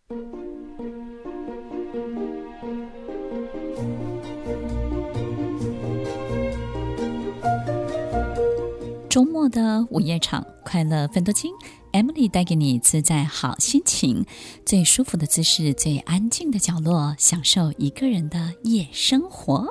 周末的午夜场，快乐分多金 Emily 带给你自在好心情，最舒服的姿势，最安静的角落，享受一个人的夜生活。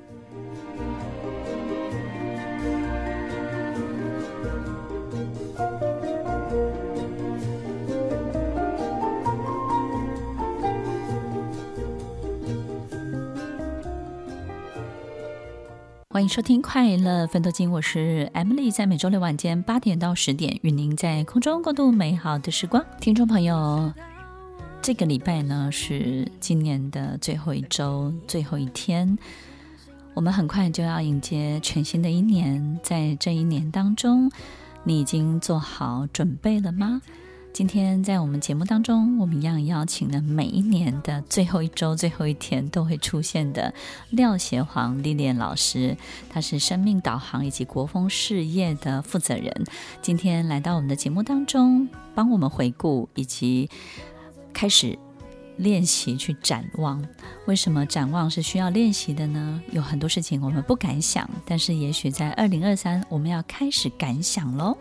欢迎收听快乐分多金，我是 Emily， 在每周六晚间8点到10点与您在空中共度美好的时光。听众朋友，这个礼拜呢是今年的最后一周，最后一天，我们很快就要迎接全新的一年。在这一年当中，你已经做好准备了吗？今天在我们节目当中，我们一样邀请了每一年的最后一周最后一天都会出现的廖协煌历练老师，他是生命导航以及国风事业的负责人，今天来到我们的节目当中，帮我们回顾以及开始练习去展望。为什么展望是需要练习的呢？有很多事情我们不敢想，但是也许在2023我们要开始敢想咯。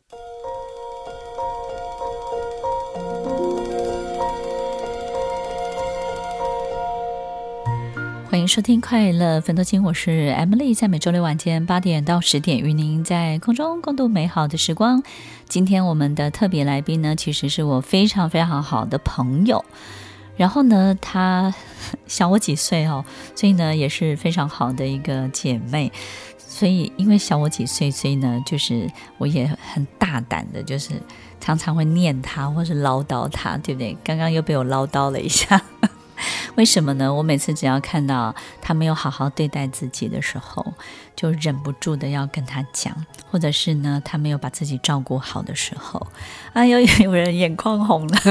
欢迎收听快乐分多金，我是 Emily， 在每周六晚间8点到10点与您在空中共度美好的时光。今天我们的特别来宾呢，其实是我非常非常好的朋友，然后呢她小我几岁哦，所以呢也是非常好的一个姐妹。所以因为小我几岁，所以呢就是我也很大胆的，就是常常会念她或是唠叨她，对不对？刚刚又被我唠叨了一下为什么呢？我每次只要看到他没有好好对待自己的时候，就忍不住的要跟他讲，或者是呢他没有把自己照顾好的时候，哎呦，有人眼眶红了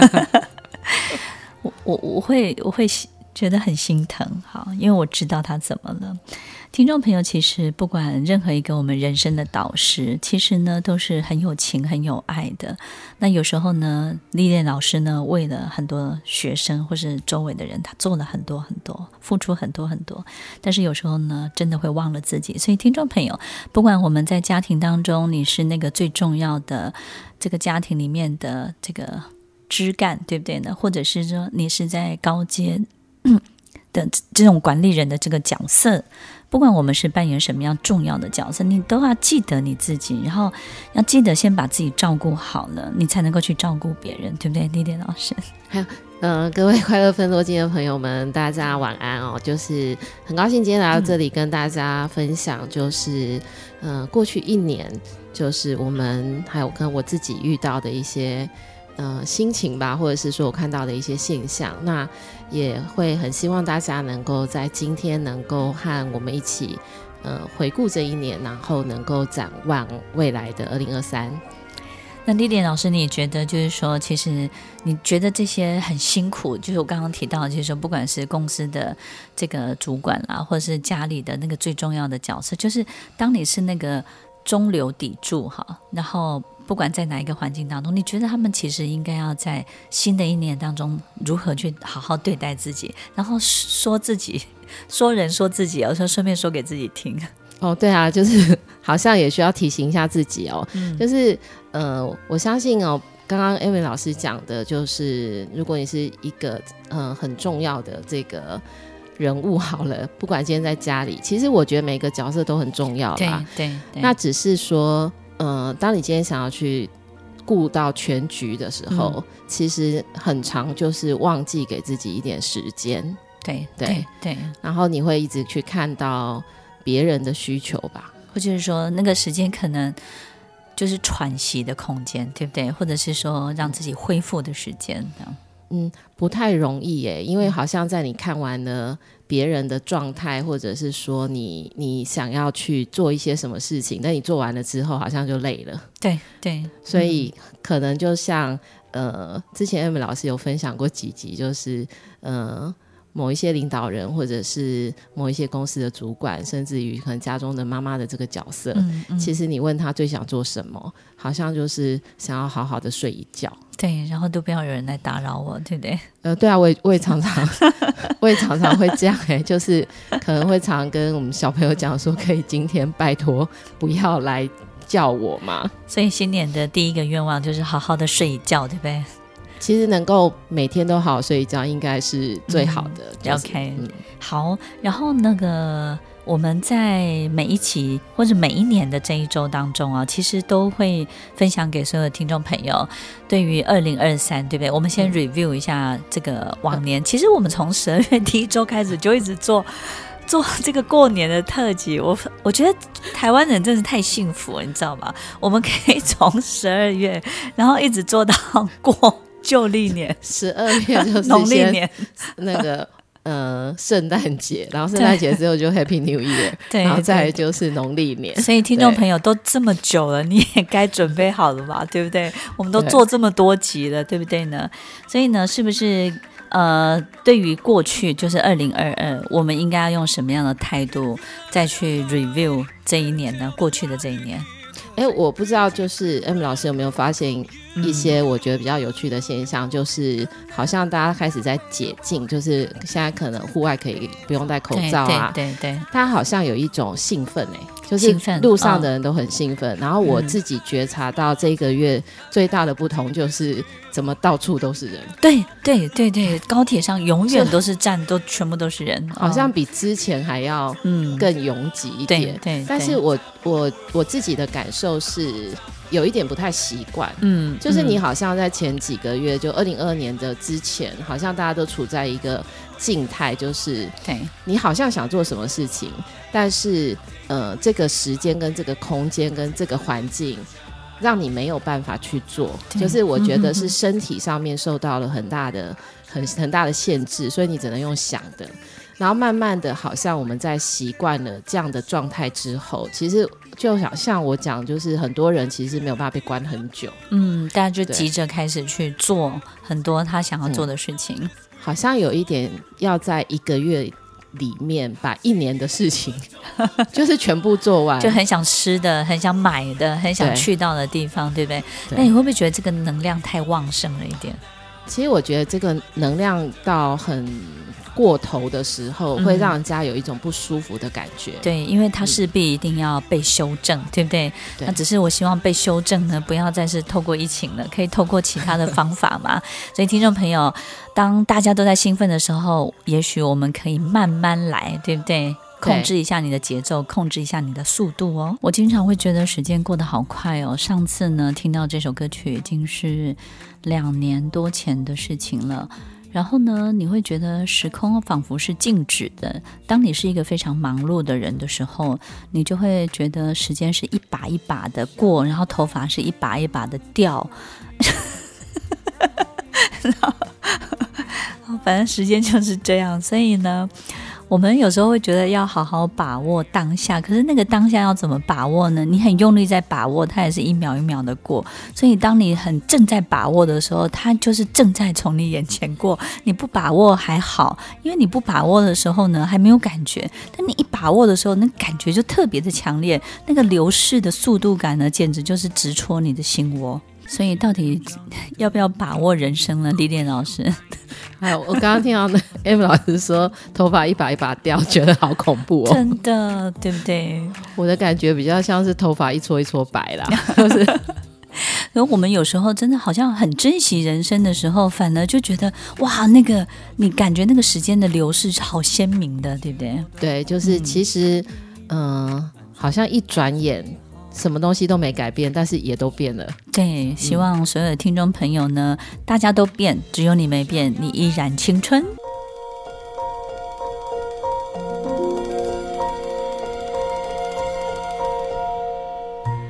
我会觉得很心疼，好，因为我知道他怎么了。听众朋友，其实不管任何一个我们人生的导师，其实呢都是很有情很有爱的。那有时候呢，历练老师呢为了很多学生或是周围的人，他做了很多很多，付出很多很多，但是有时候呢真的会忘了自己。所以听众朋友，不管我们在家庭当中，你是那个最重要的这个家庭里面的这个枝干，对不对呢？或者是说你是在高阶的这种管理人的这个角色，不管我们是扮演什么样重要的角色，你都要记得你自己，然后要记得先把自己照顾好了，你才能够去照顾别人，对不对，历练老师？ 还有各位快乐分多金的朋友们，大家晚安哦！就是很高兴今天来到这里跟大家分享，就是过去一年，就是我们还有跟我自己遇到的一些心情吧，或者是说我看到的一些现象，那也会很希望大家能够在今天能够和我们一起回顾这一年，然后能够展望未来的2023。 那历练老师，你也觉得就是说，其实你觉得这些很辛苦，就是我刚刚提到，就是说不管是公司的这个主管啦，或者是家里的那个最重要的角色，就是当你是那个中流砥柱哈，然后不管在哪一个环境当中，你觉得他们其实应该要在新的一年当中如何去好好对待自己，然后说自己，说人说自己，有时候顺便说给自己听。 哦，对啊，就是好像也需要提醒一下自己哦，就是我相信哦，刚刚 Emily 老师讲的，就是如果你是一个很重要的这个人物好了，不管今天在家里，其实我觉得每个角色都很重要啦。 对， 那只是说当你今天想要去顾到全局的时候，其实很常就是忘记给自己一点时间。对，然后你会一直去看到别人的需求吧， 或者是说那个时间可能就是喘息的空间，对不对？或者是说让自己恢复的时间。 不太容易耶，因为好像在你看完了别人的状态，或者是说你想要去做一些什么事情，但你做完了之后好像就累了。 对， 所以可能就像之前 Emily 老师有分享过几集，就是某一些领导人，或者是某一些公司的主管，甚至于可能家中的妈妈的这个角色，其实你问他最想做什么，好像就是想要好好的睡一觉。 对，然后都不要有人来打扰我，对不对？ 对啊，我也常常我也常常会这样就是可能会常跟我们小朋友讲说，可以今天拜托不要来叫我嘛。 所以新年的第一个愿望就是好好的睡一觉，对不对？ 其实能够每天都好好睡一觉应该是最好的。 OK，好，然后那个我们在每一期或者每一年的这一周当中啊，其实都会分享给所有的听众朋友，对于2023，对不对？我们先 review 一下这个往年。其实我们从12月第一周开始就一直做这个过年的特辑，我觉得台湾人真是太幸福了，你知道吗？我们可以从12月然后一直做到过旧历年 ，12月就是农历年那个圣诞节，然后圣诞节之后就 Happy New Year， 对， 然后再来就是农历年。 所以听众朋友都这么久了，你也该准备好了吧，对不对？我们都做这么多集了，对不对呢？所以呢，是不是对于过去就是2022，我们应该要用什么样的态度再去 review 这一年呢？过去的这一年。 我不知道就是 M 老师有没有发现一些我觉得比较有趣的现象，就是好像大家开始在解禁，就是现在可能户外可以不用戴口罩啊， 对， 大家好像有一种兴奋就是路上的人都很兴奋，然后我自己觉察到这个月最大的不同就是怎么到处都是人。 对，高铁上永远都是站，都全部都是人， 好像比之前还要更拥挤一点。 对， 但是我自己的感受是有一点不太习惯，就是你好像在前几个月，就2022年的之前，好像大家都处在一个静态，就是你好像想做什么事情，但是这个时间跟这个空间跟这个环境让你没有办法去做，就是我觉得是身体上面受到了很大的限制，所以你只能用想的。然后慢慢的好像我们在习惯了这样的状态之后，其实就像我讲，就是很多人其实没有办法被关很久， 大家就急着开始去做很多他想要做的事情， 好像有一点要在1个月里面把1年的事情就是全部做完， 就很想吃的，很想买的，很想去到的地方，对不对？那你会不会觉得这个能量太旺盛了一点？ 其实我觉得这个能量到很过头的时候，会让人家有一种不舒服的感觉。 对，因为它势必一定要被修正，对不对？那只是我希望被修正呢，不要再是透过疫情了，可以透过其他的方法嘛。所以听众朋友，当大家都在兴奋的时候，也许我们可以慢慢来，对不对？控制一下你的节奏，控制一下你的速度哦。我经常会觉得时间过得好快哦。上次呢，听到这首歌曲已经是2年多前的事情了。然后呢，你会觉得时空仿佛是静止的。当你是一个非常忙碌的人的时候，你就会觉得时间是一把一把的过，然后头发是一把一把的掉。反正时间就是这样，所以呢，我们有时候会觉得要好好把握当下，可是那个当下要怎么把握呢？你很用力在把握，它也是一秒一秒的过，所以当你很正在把握的时候，它就是正在从你眼前过。你不把握还好，因为你不把握的时候呢还没有感觉，但你一把握的时候，那感觉就特别的强烈，那个流逝的速度感呢，简直就是直戳你的心窝。所以到底要不要把握人生呢？历练老师， 我刚刚听到那 M 老师说头发一把一把掉，觉得好恐怖哦。 真的，对不对？ 我的感觉比较像是头发一撮一撮白啦，就是而我们有时候真的好像很珍惜人生的时候，反而就觉得哇，那个你感觉那个时间的流逝是好鲜明的，对不对？ 对，就是其实好像一转眼什么东西都没改变，但是也都变了。 对，希望所有的听众朋友呢，大家都变，只有你没变，你依然青春。欢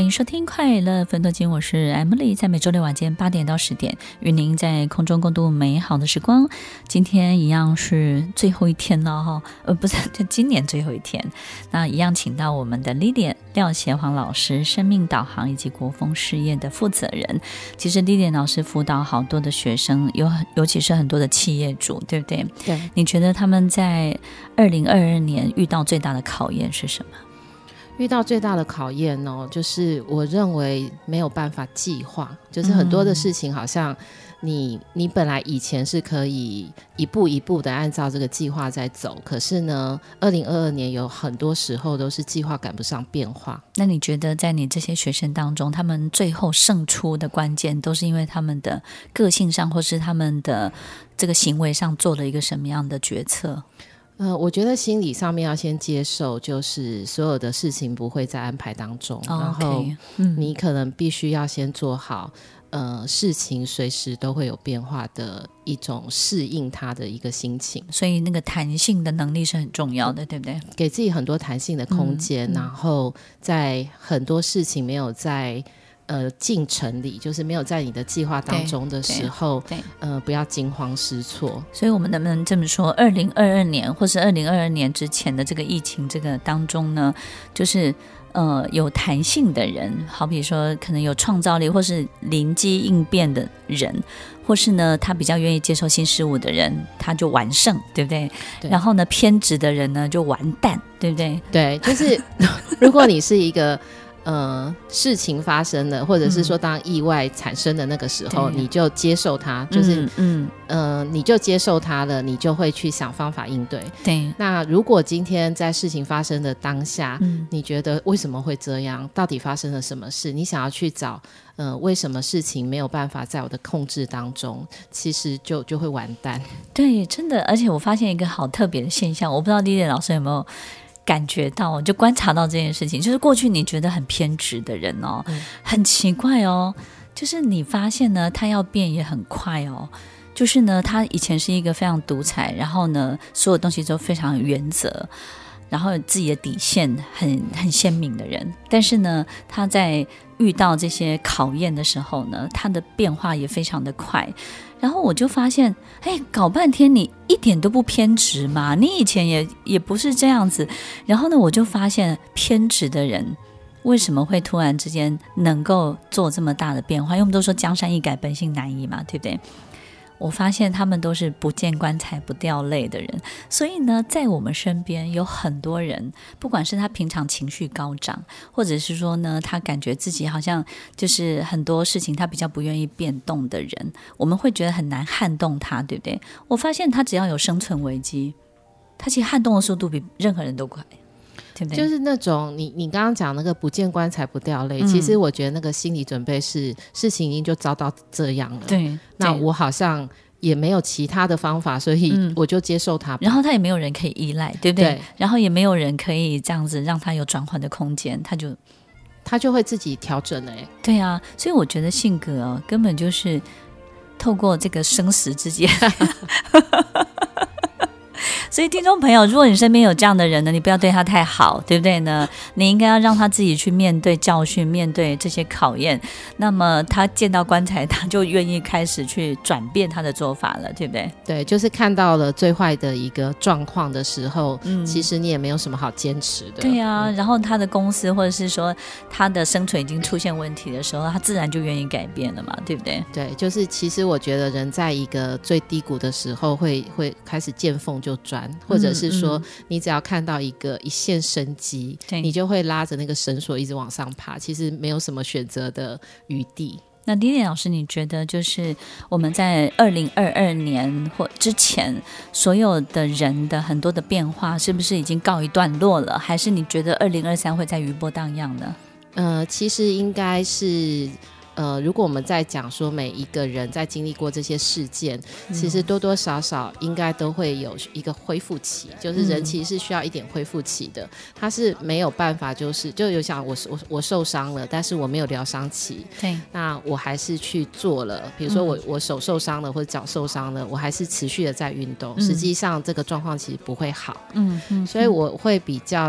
欢迎收听快乐分多金，我是 Emily， 在每周六晚间8点到10点与您在空中共度美好的时光。今天一样是最后一天了不是，就今年最后一天。那一样请到我们的 Lilian 廖协煌老师，生命导航以及国风事业的负责人。其实 Lilian 老师辅导好多的学生，尤其是很多的企业主，对不对？ 对。 你觉得他们在2022年遇到最大的考验是什么？ 遇到最大的考验就是我认为没有办法计划，就是很多的事情好像你本来以前是可以一步一步的按照这个计划在走，可是呢2022年有很多时候都是计划赶不上变化。 那你觉得在你这些学生当中，他们最后胜出的关键都是因为他们的个性上或是他们的这个行为上做了一个什么样的决策？ 我觉得心理上面要先接受，就是所有的事情不会在安排当中，然后你可能必须要先做好事情随时都会有变化的一种适应它的一个心情。所以那个弹性的能力是很重要的，对不对？ 给自己很多弹性的空间，然后在很多事情没有在进程里，就是没有在你的计划当中的时候，不要惊慌失措。 所以我们能不能这么说，2022年或是2022年之前的这个疫情这个当中呢，就是有弹性的人，好比说可能有创造力或是灵机应变的人，或是呢他比较愿意接受新事物的人，他就完胜，对不对？然后呢偏执的人呢就完蛋，对不对？ 对，就是如果你是一个事情发生了，或者是说当意外产生的那个时候，你就接受它，就是你就接受它了，你就会去想方法应对。 对。 那如果今天在事情发生的当下，你觉得为什么会这样？到底发生了什么事？你想要去找为什么事情没有办法在我的控制当中，其实就会完蛋。 对，真的。而且我发现一个好特别的现象，我不知道Lilian老师有没有感觉到，就观察到这件事情，就是过去你觉得很偏执的人很奇怪就是你发现呢他要变也很快就是呢他以前是一个非常独裁，然后呢所有东西都非常有原则，然后自己的底线很鲜明的人，但是呢他在遇到这些考验的时候呢，他的变化也非常的快。然后我就发现搞半天你一点都不偏执嘛，你以前也不是这样子。然后呢我就发现偏执的人为什么会突然之间能够做这么大的变化，因为我们都说江山易改本性难移嘛，对不对？我发现他们都是不见棺材不掉泪的人。所以呢在我们身边有很多人，不管是他平常情绪高涨，或者是说呢他感觉自己好像就是很多事情他比较不愿意变动的人，我们会觉得很难撼动他，对不对？我发现他只要有生存危机，他其实撼动的速度比任何人都快，对不对？ 就是那种你刚刚讲那个不见棺材不掉泪，其实我觉得那个心理准备是事情已经就遭到这样了， 对， 那我好像也没有其他的方法，所以我就接受它， 然后他也没有人可以依赖，对不对？然后也没有人可以这样子让他有转换的空间，他就会自己调整了对啊，所以我觉得性格根本就是透过这个生死之间所以听众朋友，如果你身边有这样的人呢，你不要对他太好，对不对呢？你应该要让他自己去面对教训，面对这些考验，那么他见到棺材他就愿意开始去转变他的做法了，对不对？ 对，就是看到了最坏的一个状况的时候，其实你也没有什么好坚持的。 对啊，然后他的公司或者是说他的生存已经出现问题的时候，他自然就愿意改变了嘛，对不对？ 对，就是其实我觉得人在一个最低谷的时候会开始见缝就钻，或者是说你只要看到一线生机，你就会拉着那个绳索一直往上爬，其实没有什么选择的余地。 那Lilian老师，你觉得就是我们在2022年或之前所有的人的很多的变化是不是已经告一段落了，还是你觉得2023会再余波荡漾呢？ 其实应该是如果我们在讲说每一个人在经历过这些事件，其实多多少少应该都会有一个恢复期，就是人其实是需要一点恢复期的，他是没有办法就有想我受伤了，但是我没有疗伤期， 对， 那我还是去做了，比如说我手受伤了或者脚受伤了，我还是持续的在运动，实际上这个状况其实不会好，所以我会比较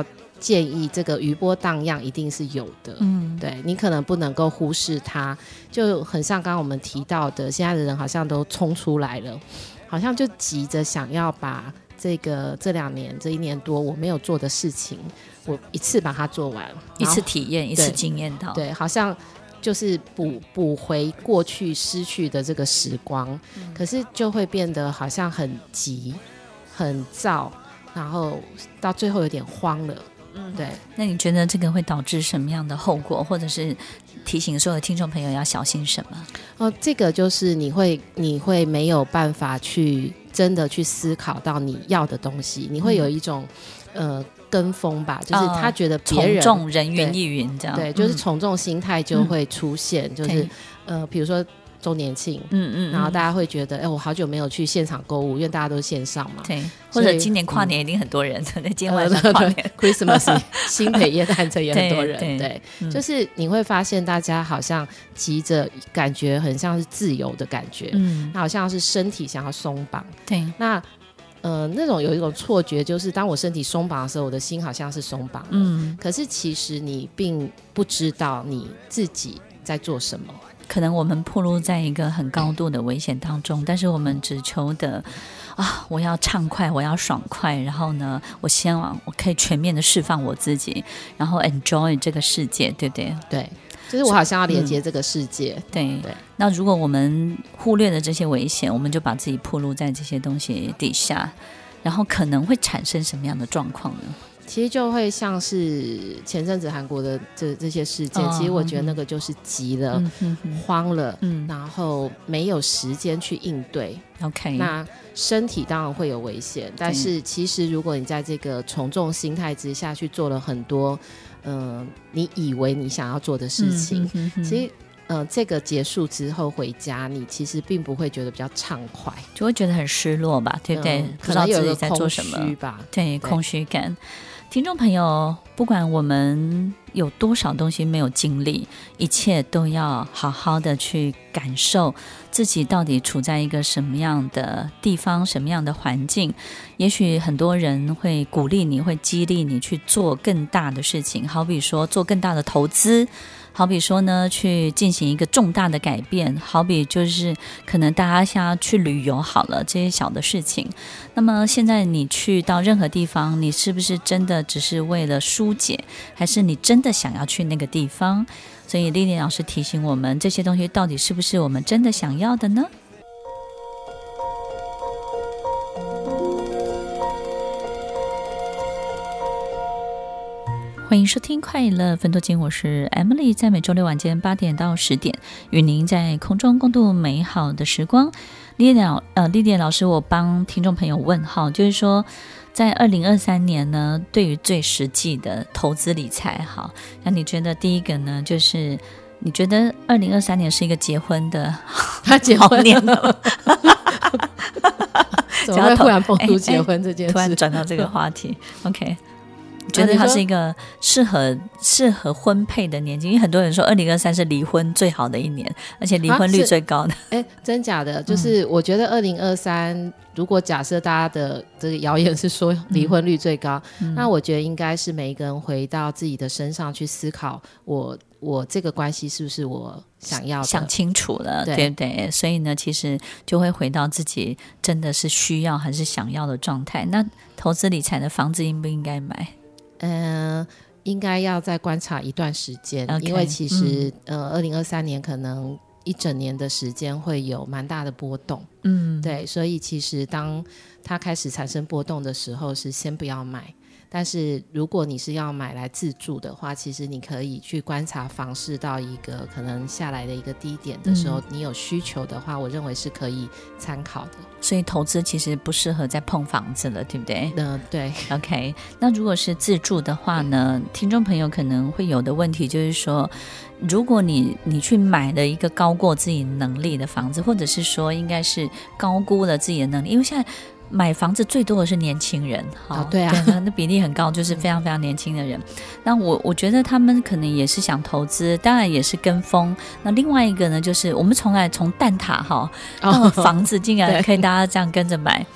建议这个余波荡漾一定是有的，对，你可能不能够忽视它，就很像刚刚我们提到的，现在的人好像都冲出来了，好像就急着想要把这2年这1年多我没有做的事情，我一次把它做完， 一次体验，一次经验到， 对，好像就是补回过去失去的这个时光，可是就会变得好像很急很躁，然后到最后有点慌了。对。 那你觉得这个会导致什么样的后果，或者是提醒所有的听众朋友要小心什么？ 这个就是你会没有办法去真的去思考到你要的东西，你会有一种跟风吧，就是他觉得别人从众人云亦云这样， 对，就是从众心态就会出现，就是比如说周年庆，然后大家会觉得我好久没有去现场购物，因为大家都是线上嘛， 对，或者今年跨年一定很多人，对，今天晚上跨年 Christmas 新北耶诞城也很多人，对，就是你会发现大家好像急着，感觉很像是自由的感觉，那好像是身体想要松绑， 对， 那种有一种错觉，就是当我身体松绑的时候，我的心好像是松绑了，可是其实你并不知道你自己在做什么。 可能我们暴露在一个很高度的危险当中，但是我们只求的我要畅快，我要爽快，然后呢，我希望我可以全面的释放我自己，然后 enjoy 这个世界，对不对？ 对，就是我好像要连接这个世界， 对。那如果我们忽略了这些危险，我们就把自己暴露在这些东西底下，然后可能会产生什么样的状况呢？ 其实就会像是前阵子韩国的这些事件，其实我觉得那个就是急了，慌了，然后没有时间去应对。 OK， 那身体当然会有危险，但是其实如果你在这个从众心态之下去做了很多你以为你想要做的事情，其实这个结束之后回家，你其实并不会觉得比较畅快， 就会觉得很失落吧，对不对？不知道自己在做什么， 空虚吧， 对，空虚感。听众朋友，不管我们有多少东西没有经历，一切都要好好的去感受自己到底处在一个什么样的地方，什么样的环境。也许很多人会鼓励你，会激励你去做更大的事情，好比说做更大的投资，好比说呢去进行一个重大的改变，好比就是可能大家想要去旅游好了，这些小的事情。那么现在你去到任何地方，你是不是真的只是为了疏解，还是你真的想要去那个地方？所以莉莉老师提醒我们，这些东西到底是不是我们真的想要的呢？欢迎收听快乐分多金，我是 Emily， 在每周六晚间8点到10点，与您在空中共度美好的时光。莉莉老师，我帮听众朋友问号，就是说，在2023年呢，对于最实际的投资理财，好，那你觉得第一个呢，就是你觉得2023年是一个结婚的好年了？ 怎么会忽然蹦出结婚这件事？ 突然转到这个话题，OK。觉得它是一个适合婚配的年纪，因为很多人说2023是离婚最好的一年，而且离婚率最高的。 真假的？就是我觉得2023，如果假设大家的这个谣言是说离婚率最高，那我觉得应该是每一个人回到自己的身上去思考，我这个关系是不是我想要的， 想清楚了，对不对？所以呢，其实就会回到自己真的是需要还是想要的状态。那投资理财的房子应不应该买？ 应该要再观察一段时间，因为其实2023年可能一整年的时间会有蛮大的波动，对，所以其实当它开始产生波动的时候，是先不要买。但是如果你是要买来自住的话，其实你可以去观察房市到一个可能下来的一个低点的时候，你有需求的话，我认为是可以参考的。 所以投资其实不适合再碰房子了，对不对？ 对。 OK， 那如果是自住的话呢，听众朋友可能会有的问题就是说，如果你去买了一个高过自己能力的房子，或者是说应该是高估了自己的能力，因为现在买房子最多的是年轻人， 对啊， 那比例很高，就是非常非常年轻的人。那我觉得他们可能也是想投资，当然也是跟风。那另外一个呢，就是我们从蛋挞到房子，竟然可以大家这样跟着买。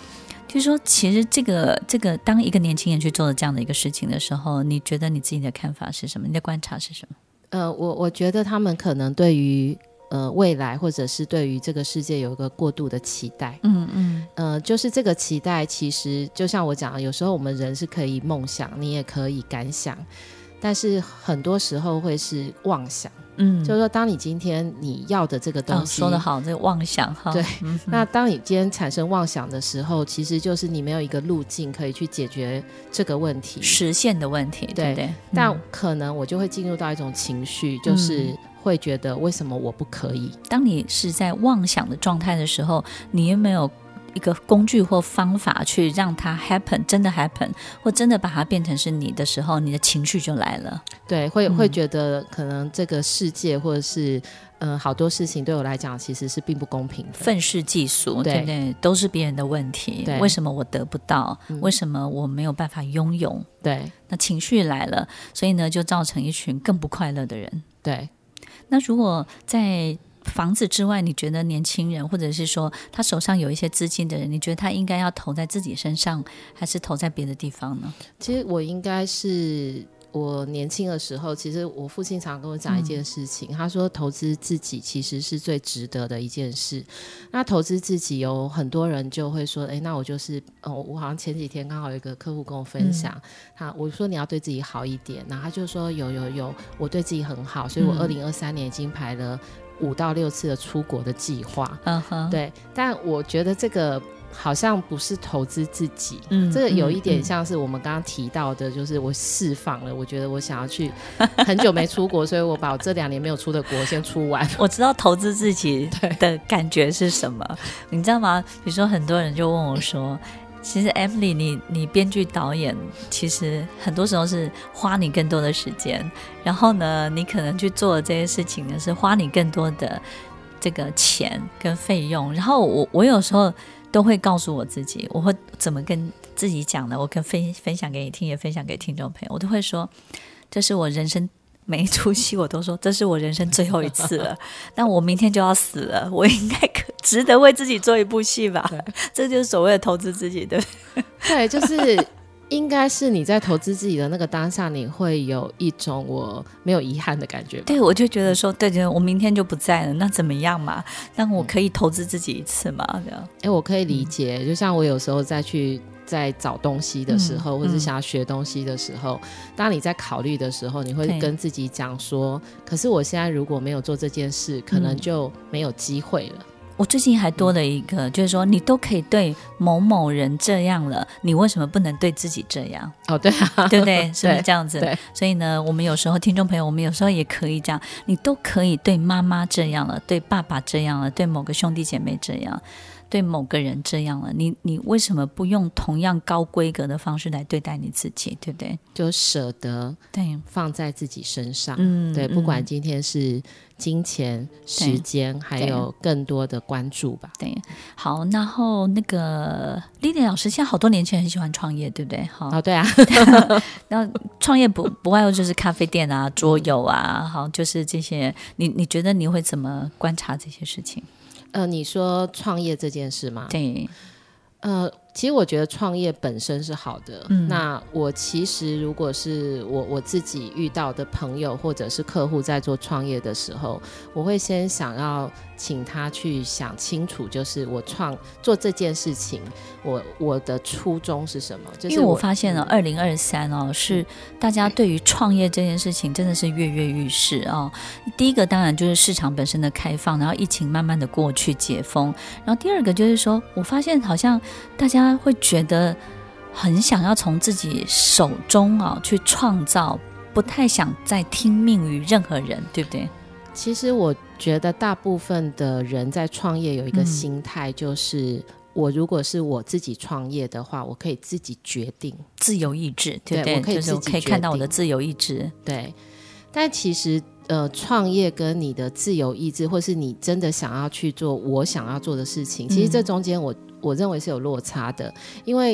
就是说其实这个当一个年轻人去做这样的一个事情的时候，你觉得你自己的看法是什么？你的观察是什么？ 我觉得他们可能对于未来或者是对于这个世界有一个过度的期待。就是这个期待其实就像我讲的，有时候我们人是可以梦想，你也可以敢想，但是很多时候会是妄想。就是说当你今天你要的这个东西， 说得好，这个妄想哈。 对，那当你今天产生妄想的时候，其实就是你没有一个路径可以去解决这个问题， 实现的问题，对不对？ 但可能我就会进入到一种情绪，就是会觉得为什么我不可以？ 当你是在妄想的状态的时候，你有没有一个工具或方法去让它 happen， 真的 happen， 或真的把它变成是你的时候，你的情绪就来了。 对，会觉得可能这个世界或者是好多事情对我来讲其实是并不公平的， 愤世嫉俗，对不对？都是别人的问题，为什么我得不到？为什么我没有办法拥有？ 对， 那情绪来了，所以呢就造成一群更不快乐的人。 对， 那如果在房子之外，你觉得年轻人或者是说他手上有一些资金的人，你觉得他应该要投在自己身上，还是投在别的地方呢？ 其实我应该是我年轻的时候，其实我父亲常跟我讲一件事情，他说投资自己其实是最值得的一件事。那投资自己有很多人就会说那我就是我好像前几天刚好有一个客户跟我分享，我说你要对自己好一点，然后他就说有我对自己很好，所以我2023年已经排了5到6次的出国的计划。对，但我觉得这个好像不是投资自己，这个有一点像是我们刚刚提到的，就是我释放了，我觉得我想要去很久没出国，所以我把我这2年没有出的国先出完。 我知道投资自己的感觉是什么，你知道吗？比如说很多人就问我说，其实 Emily 你编剧导演其实很多时候是花你更多的时间，然后呢你可能去做的这些事情呢是花你更多的这个钱跟费用，然后我有时候都会告诉我自己，我会怎么跟自己讲呢？我跟分享给你听，也分享给听众朋友，我都会说这是我人生每一出戏我都说这是我人生最后一次了，但我明天就要死了，我应该值得为自己做一部戏吧，这就是所谓的投资自己，对不对？ 对，就是应该是你在投资自己的那个当下，你会有一种我没有遗憾的感觉吧。 对，我就觉得说对，我明天就不在了，那怎么样嘛？那我可以投资自己一次嘛？ 我可以理解，就像我有时候在找东西的时候，或者想要学东西的时候，当你在考虑的时候，你会跟自己讲说，可是我现在如果没有做这件事，可能就没有机会了。 我最近还多了一个，就是说你都可以对某某人这样了，你为什么不能对自己这样？ 对啊， 对不对？是不是这样子？ 对， 所以呢，我们有时候听众朋友，我们有时候也可以这样，你都可以对妈妈这样了，对爸爸这样了，对某个兄弟姐妹这样，对某个人这样了，你为什么不用同样高规格的方式来对待你自己，对不对？ 就舍得对放在自己身上，对，不管今天是金钱、时间，还有更多的关注吧。 对，好，然后那个莉莉老师，现在好多年轻人很喜欢创业，对不对？好， 对啊。 然后创业不外乎就是咖啡店啊、桌游啊，好，就是这些。你觉得你会怎么观察这些事情？ 你说创业这件事吗？ 对， 其实我觉得创业本身是好的。那我其实如果是我自己遇到的朋友或者是客户在做创业的时候，我会先想要请他去想清楚，就是我做这件事情，我的初衷是什么？就是因为我发现了2023是大家对于创业这件事情真的是跃跃欲试哦。第一个当然就是市场本身的开放，然后疫情慢慢的过去解封，然后第二个就是说我发现好像大家会觉得很想要从自己手中去创造，不太想再听命于任何人，对不对？ 其实我觉得大部分的人在创业有一个心态，就是我如果是我自己创业的话，我可以自己决定，自由意志，对不对？ 我可以自己决定， 就是我可以看到我的自由意志。 对，但其实创业跟你的自由意志，或是你真的想要去做我想要做的事情，其实这中间我认为是有落差的。因为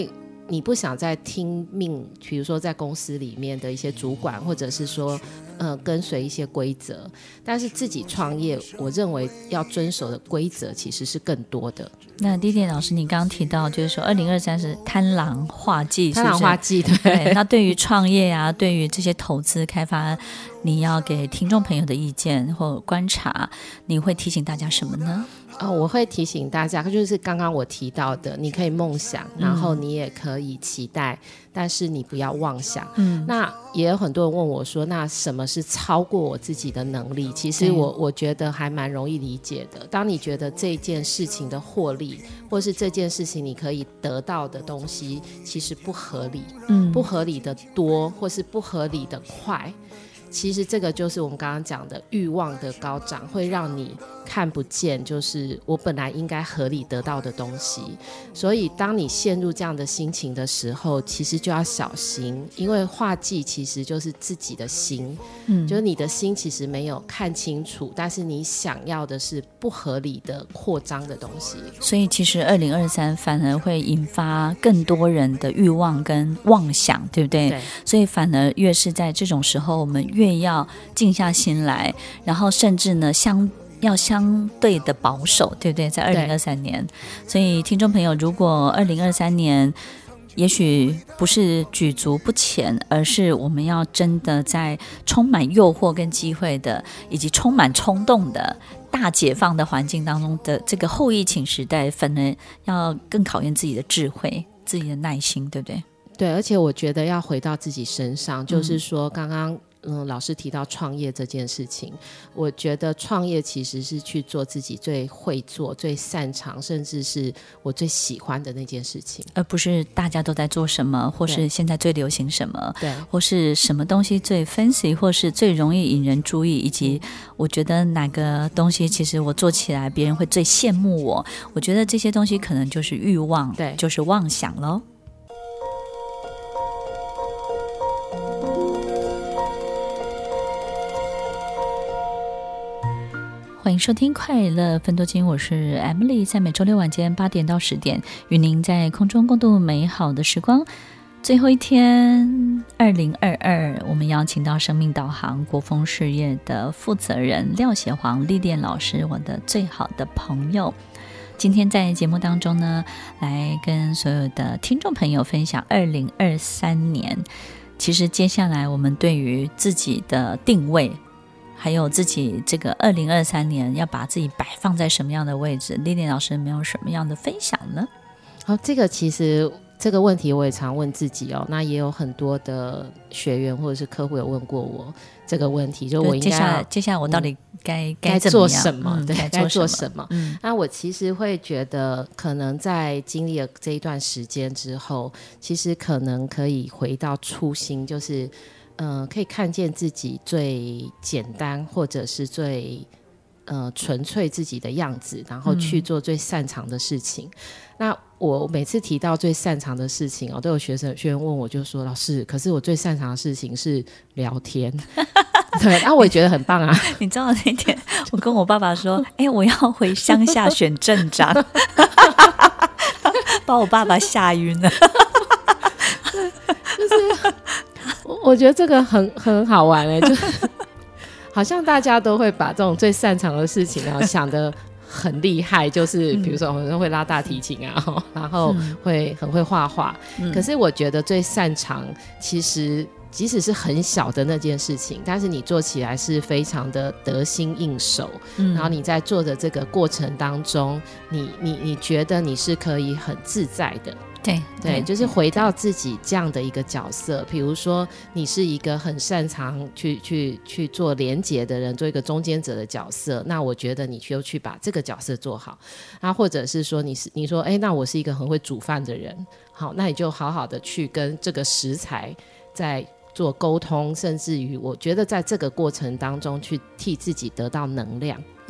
你不想再听命，比如说在公司里面的一些主管，或者是说跟随一些规则，但是自己创业，我认为要遵守的规则其实是更多的。 那莉莉老师，你刚刚提到就是说2023是贪狼化忌， 贪狼化忌， 对。那对于创业啊，对于这些投资开发，你要给听众朋友的意见或观察，你会提醒大家什么呢？ 我会提醒大家，就是刚刚我提到的，你可以梦想，然后你也可以期待，但是你不要妄想。那也有很多人问我说，那什么是超过我自己的能力？其实我觉得还蛮容易理解的。当你觉得这件事情的获利，或是这件事情你可以得到的东西其实不合理，不合理的多，或是不合理的快，其实这个就是我们刚刚讲的欲望的高涨，会让你看不见就是我本来应该合理得到的东西。所以当你陷入这样的心情的时候，其实就要小心，因为化忌其实就是自己的心，就是你的心其实没有看清楚，但是你想要的是不合理的扩张的东西。 所以其实2023反而会引发更多人的欲望跟妄想，对不对？ 对， 所以反而越是在这种时候，我们越要静下心来，然后甚至呢要相对的保守，对不对？在2023年，所以听众朋友，如果2023年也许不是举足不前，而是我们要真的在充满诱惑跟机会的，以及充满冲动的大解放的环境当中的这个后疫情时代，反而要更考验自己的智慧、自己的耐心，对不对？ 对，而且我觉得要回到自己身上，就是说刚刚老师提到创业这件事情，我觉得创业其实是去做自己最会做、最擅长，甚至是我最喜欢的那件事情， 而不是大家都在做什么，或是现在最流行什么， 对， 或是什么东西最 fancy， 或是最容易引人注意，以及我觉得哪个东西其实我做起来别人会最羡慕我。我觉得这些东西可能就是欲望， 对， 就是妄想咯。欢迎收听快乐分多金，我是 Emily， 在每周六晚间8点到10点，与您在空中共度美好的时光。最后一天2022，我们邀请到生命导航国风事业的负责人廖协煌历练老师，我的最好的朋友。今天在节目当中呢，来跟所有的听众朋友分享2023年。其实接下来我们对于自己的定位，还有自己这个2023年要把自己摆放在什么样的位置，历练老师有没有什么样的分享呢？ 这个其实这个问题我也常问自己那也有很多的学员或者是客户有问过我这个问题，就我应该接下来我到底该做什么，对， 该做什么。那我其实会觉得可能在经历了这一段时间之后，其实可能可以回到初心，就是可以看见自己最简单或者是最纯粹自己的样子，然后去做最擅长的事情。那我每次提到最擅长的事情都有学员问我，就说老师，可是我最擅长的事情是聊天。对，那我也觉得很棒啊。 你知道那天我跟我爸爸说我要回乡下选镇长。把我爸爸吓晕了。 就是我觉得这个很好玩就是好像大家都会把这种最擅长的事情想得很厉害，就是比如说我会拉大提琴然后很会画画，可是我觉得最擅长其实即使是很小的那件事情，但是你做起来是非常的得心应手，然后你在做的这个过程当中，你觉得你是可以很自在的。对，就是回到自己这样的一个角色，比如说你是一个很擅长去做连结的人，做一个中间者的角色，那我觉得你就去把这个角色做好。或者是说你说那我是一个很会煮饭的人，好，那你就好好的去跟这个食材在做沟通，甚至于我觉得在这个过程当中去替自己得到能量。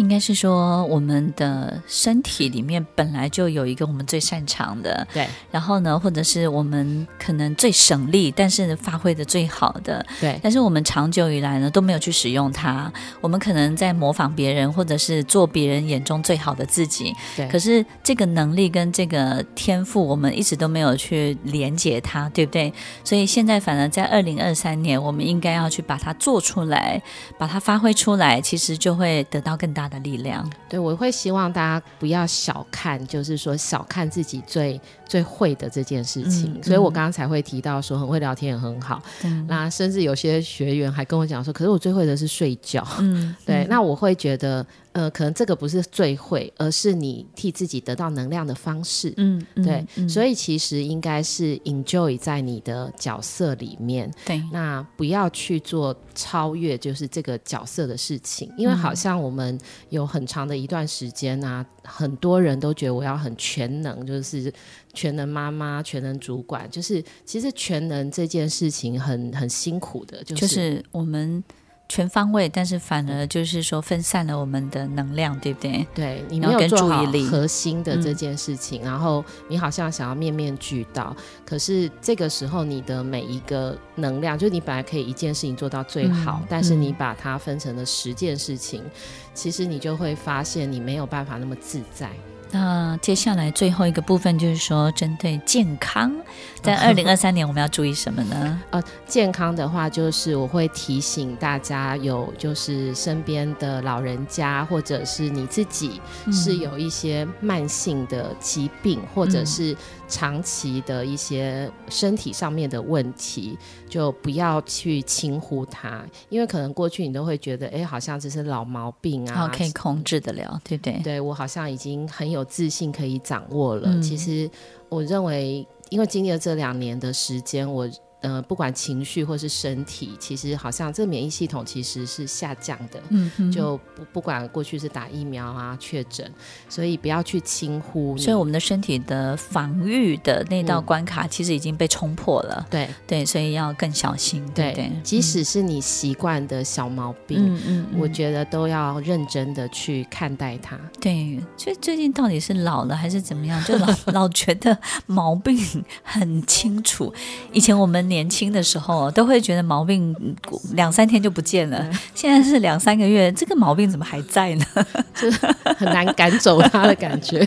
应该是说我们的身体里面本来就有一个我们最擅长的， 对， 然后呢或者是我们可能最省力但是发挥的最好的， 对， 但是我们长久以来呢都没有去使用它，我们可能在模仿别人或者是做别人眼中最好的自己， 对， 可是这个能力跟这个天赋我们一直都没有去连接它，对不对？所以现在反而在2023年我们应该要去把它做出来，把它发挥出来，其实就会得到更大的力量。 对，我会希望大家不要小看，就是说小看自己最会的这件事情，所以我刚刚才会提到说很会聊天也很好，那甚至有些学员还跟我讲说，可是我最会的是睡觉，对，那我会觉得可能这个不是最会，而是你替自己得到能量的方式，对，所以其实应该是 enjoy 在你的角色里面， 对， 那不要去做超越就是这个角色的事情，因为好像我们有很长的一段时间啊，很多人都觉得我要很全能，就是全能妈妈、全能主管，就是其实全能这件事情很辛苦的， 就是我们全方位，但是反而就是说分散了我们的能量，对不对？ 对，你没有做好核心的这件事情，然后你好像想要面面俱到，可是这个时候你的每一个能量，就是你本来可以一件事情做到最好，但是你把它分成了10件事情，其实你就会发现你没有办法那么自在。 那接下来最后一个部分就是说针对健康，在2023年我们要注意什么呢？ 健康的话就是我会提醒大家，有就是身边的老人家或者是你自己是有一些慢性的疾病，或者是长期的一些身体上面的问题，就不要去轻忽它，因为可能过去你都会觉得好像这是老毛病啊， 可以控制得了，对不对？ 对，我好像已经很有自信可以掌握了，其实我认为因为经历了这2年的时间，我不管情绪或是身体，其实好像这免疫系统其实是下降的，就不管过去是打疫苗啊确诊，所以不要去轻忽， 所以我们的身体的防御的那道关卡其实已经被冲破了，对，所以要更小心，对不对？ 即使是你习惯的小毛病，我觉得都要认真的去看待它。 对，所以最近到底是老了还是怎么样，就老觉得毛病很清楚。以前我们年轻的时候都会觉得毛病2-3天就不见了，现在是2-3个月，这个毛病怎么还在呢？ 就是很难赶走它的感觉。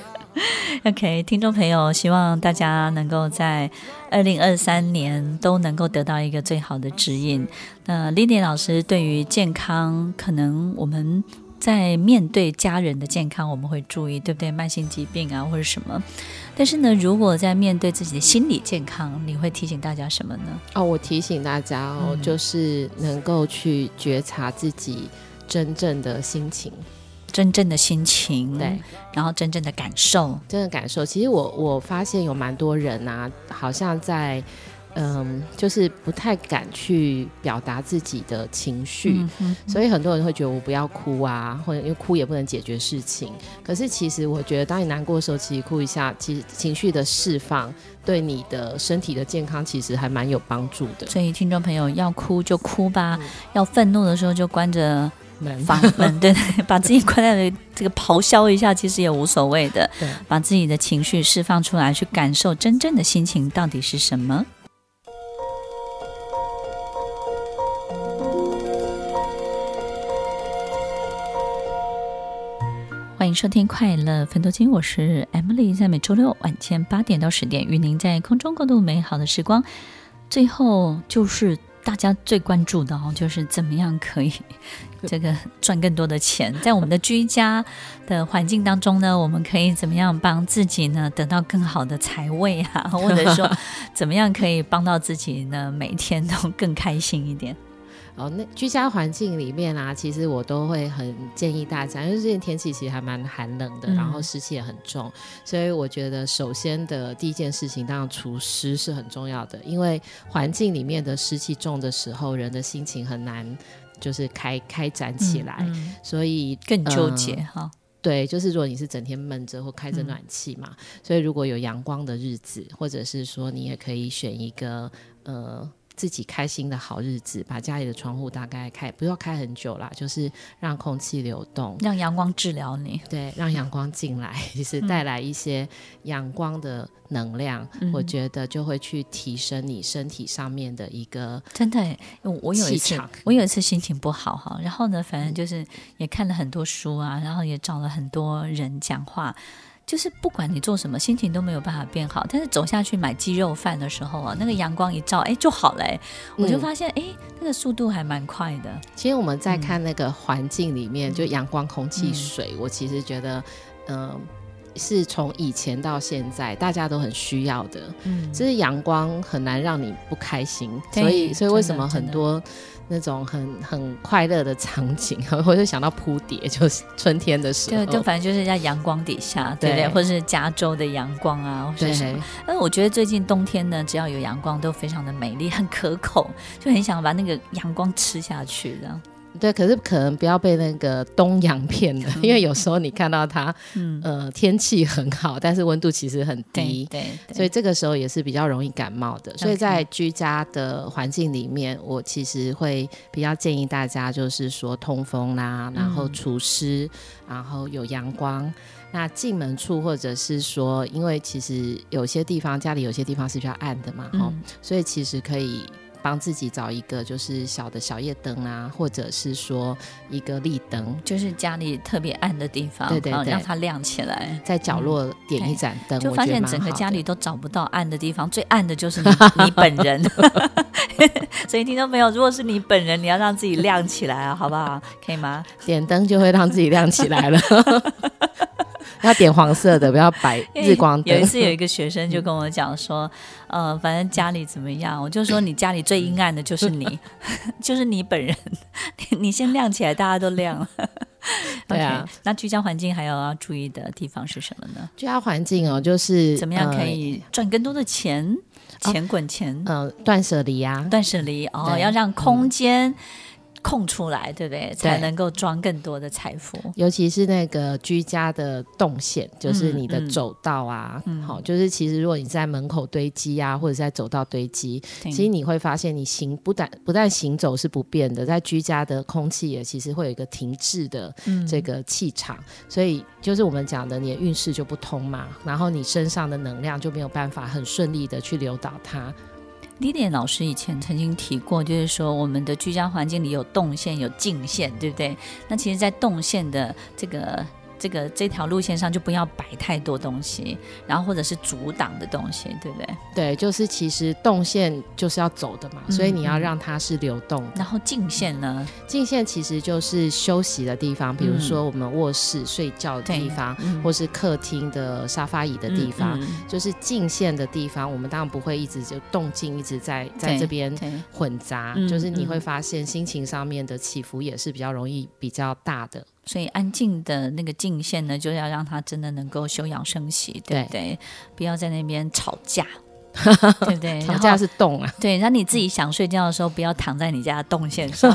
OK， 听众朋友，希望大家能够在2023年都能够得到一个最好的指引。那 Lily 老师对于健康，可能我们在面对家人的健康我们会注意，对不对？慢性疾病啊或者什么，但是呢如果在面对自己的心理健康，你会提醒大家什么呢？ 我提醒大家就是能够去觉察自己真正的心情， 真正的心情， 对， 然后真正的感受， 其实我发现有蛮多人啊，好像在就是不太敢去表达自己的情绪，所以很多人会觉得我不要哭啊，或者因为哭也不能解决事情。可是其实我觉得当你难过的时候，其实哭一下，其实情绪的释放对你的身体的健康其实还蛮有帮助的。 所以听众朋友，要哭就哭吧，要愤怒的时候就关着房门，对，把自己关在这个咆哮一下其实也无所谓的，把自己的情绪释放出来，去感受真正的心情到底是什么。欢迎收听快乐分多金，我是 Emily， 在每周六晚间8点到10点与您在空中共度美好的时光。最后就是大家最关注的就是怎么样可以这个赚更多的钱，在我们的居家的环境当中呢，我们可以怎么样帮自己呢得到更好的财位啊，或者说怎么样可以帮到自己呢每天都更开心一点。 那居家环境里面啊，其实我都会很建议大家，因为最近天气其实还蛮寒冷的，然后湿气也很重，所以我觉得首先的第一件事情当然除湿是很重要的，因为环境里面的湿气重的时候，人的心情很难就是开展起来，所以更纠结哈。 对，就是如果你是整天闷着或开着暖气嘛，所以如果有阳光的日子，或者是说你也可以选一个自己开心的好日子，把家里的窗户大概不要开很久啦，就是让空气流动， 让阳光治疗你， 对，让阳光进来，其实带来一些阳光的能量，我觉得就会去提升你身体上面的一个真的耶。我有一次心情不好哈，然后呢反正就是也看了很多书啊，然后也找了很多人讲话，就是不管你做什么心情都没有办法变好，但是走下去买鸡肉饭的时候啊，那个阳光一照就好了我就发现那个速度还蛮快的。 其实我们在看那个环境里面，就阳光空气水，我其实觉得是从以前到现在大家都很需要的，就是阳光很难让你不开心，所以为什么很多那种很快乐的场景，我就想到扑蝶，就是春天的时候， 就反正就是在阳光底下，对不对？或者是加州的阳光啊，或者什么。但我觉得最近冬天呢，只要有阳光都非常的美丽，很可口，就很想把那个阳光吃下去这样。 对，可是可能不要被那个东洋骗了，因为有时候你看到它天气很好，但是温度其实很低， 对， 所以这个时候也是比较容易感冒的。所以在居家的环境里面，我其实会比较建议大家就是说通风啦，然后除湿，然后有阳光。那进门处或者是说，因为其实有些地方家里有些地方是比较暗的嘛，所以其实可以帮自己找一个就是小的小夜灯啊，或者是说一个立灯， 就是家里特别暗的地方，对，让它亮起来， 在角落点一盏灯， 就发现整个家里都找不到暗的地方，最暗的就是你本人所以听众朋友，如果是你本人，你要让自己亮起来好不好？可以吗？ 点灯就会让自己亮起来了要点黄色的，不要白日光灯。 有一次有一个学生就跟我讲说反正家里怎么样，我就说你家里最阴暗的就是你就是你本人你先亮起来，大家都亮了对啊 okay， 那居家环境还有要注意的地方是什么呢？ 居家环境就是怎么样可以赚更多的钱，钱滚钱， 断舍离啊， 断舍离要让空间空出来，对不对？才能够装更多的财富。尤其是那个居家的动线，就是你的走道啊，就是其实如果你在门口堆积啊，或者在走道堆积，其实你会发现你不但行走是不变的，在居家的空气也其实会有一个停滞的这个气场，所以就是我们讲的你的运势就不通嘛，然后你身上的能量就没有办法很顺利的去流导它。 Lilian 老师以前曾经提过，就是说我们的居家环境里有动线有静线，对不对？那其实在动线的这条路线上就不要摆太多东西，然后或者是阻挡的东西，对不对？ 对，就是其实动线就是要走的嘛，所以你要让它是流动的。 然后静线呢？ 静线其实就是休息的地方，比如说我们卧室睡觉的地方，或是客厅的沙发椅的地方，就是静线的地方，我们当然不会一直就动静一直在这边混杂，就是你会发现心情上面的起伏也是比较容易比较大的。 所以安静的那个静线呢，就要让它真的能够休养生息，对不对？不要在那边吵架对不对？ 吵架是动啊， 对，然后你自己想睡觉的时候不要躺在你家的动线上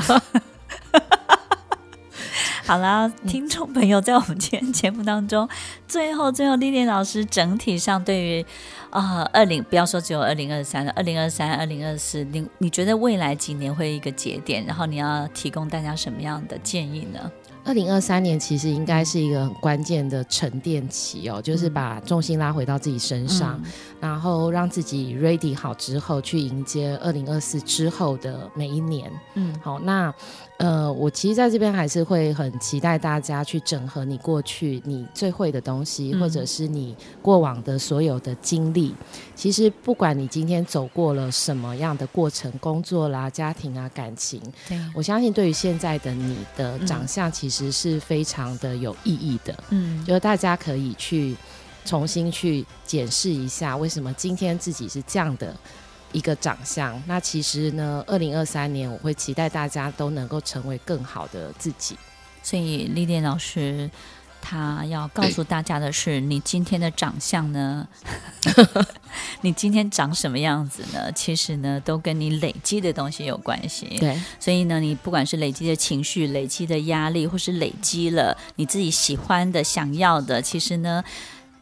好啦，听众朋友，在我们今天节目当中，最后Lilian老师整体上对于不要说只有2023 2024你觉得未来几年会一个节点，然后你要提供大家什么样的建议呢 ？2023年其实应该是一个很关键的沉淀期就是把重心拉回到自己身上，然后让自己 ready 好之后去迎接2024之后的每一年。好，那我其实在这边还是会很期待大家去整合你过去你最会的东西，或者是你过往的所有的经历。其实不管你今天走过了什么样的过程，工作啦、家庭啊、感情，我相信对于现在的你的长相其实是非常的有意义的。就是大家可以去重新去检视一下，为什么今天自己是这样的一个长相。那其实呢，2023年我会期待大家都能够成为更好的自己。 所以Lilian老师他要告诉大家的是，你今天的长相呢你今天长什么样子呢，其实呢都跟你累积的东西有关系。 对， 所以呢你不管是累积的情绪、累积的压力，或是累积了你自己喜欢的想要的，其实呢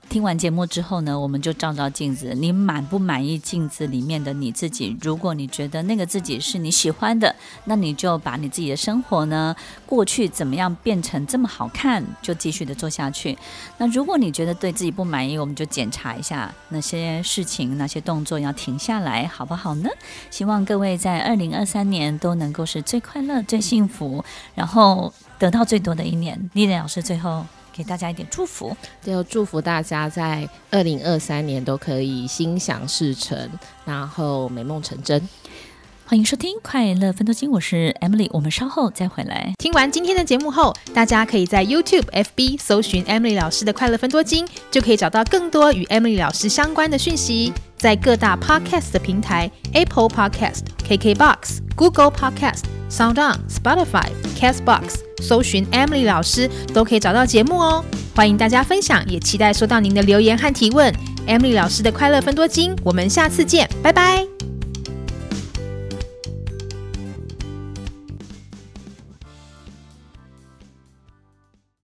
听完节目之后呢，我们就照照镜子，你满不满意镜子里面的你自己？如果你觉得那个自己是你喜欢的，那你就把你自己的生活呢，过去怎么样变成这么好看，就继续的做下去。那如果你觉得对自己不满意，我们就检查一下那些事情、那些动作要停下来，好不好呢？希望各位在2023年都能够是最快乐、最幸福，然后得到最多的一年。丽莲老师最后给大家一点祝福， 就祝福大家在2023年都可以心想事成，然后美梦成真。 欢迎收听快乐分多金，我是 Emily， 我们稍后再回来。 听完今天的节目后，大家可以在 YouTube、FB 搜寻 Emily 老师的快乐分多金，就可以找到更多与 Emily 老师相关的讯息。在各大 Podcast 的平台 Apple Podcast、KKBox、Google Podcast、SoundOn、Spotify、Castbox 搜寻 Emily 老师都可以找到节目哦。欢迎大家分享，也期待收到您的留言和提问。Emily 老师的快乐分多金，我们下次见，拜拜。